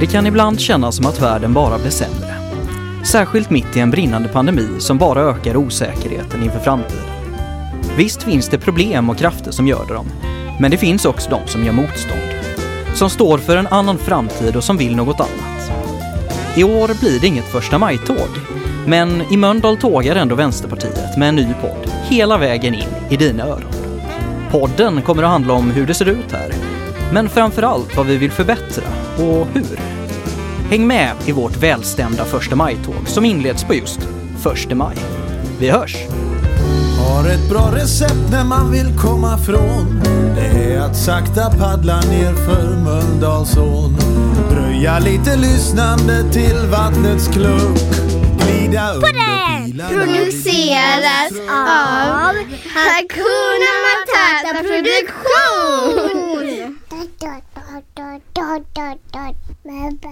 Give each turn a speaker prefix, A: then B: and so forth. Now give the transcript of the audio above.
A: Det kan ibland kännas som att världen bara blir sämre. Särskilt mitt i en brinnande pandemi som bara ökar osäkerheten inför framtiden. Visst finns det problem och krafter som gör dem, men det finns också de som gör motstånd. Som står för en annan framtid och som vill något annat. I år blir det inget första maj-tåg, men i Mölndal tågar ändå Vänsterpartiet med en ny podd hela vägen in i dina öron. Podden kommer att handla om hur det ser ut här, men framförallt vad vi vill förbättra och hur. Häng med i vårt välstämda första maj-tåg som inleds på just första maj. Vi hörs!
B: Har ett bra recept när man vill komma från. Det är att sakta paddla ner för Mölndalsån. Dröja lite lyssnande till vattnets klunk. Glida under bilarna.
C: Produceras av Hakuna Matata Produktion. Med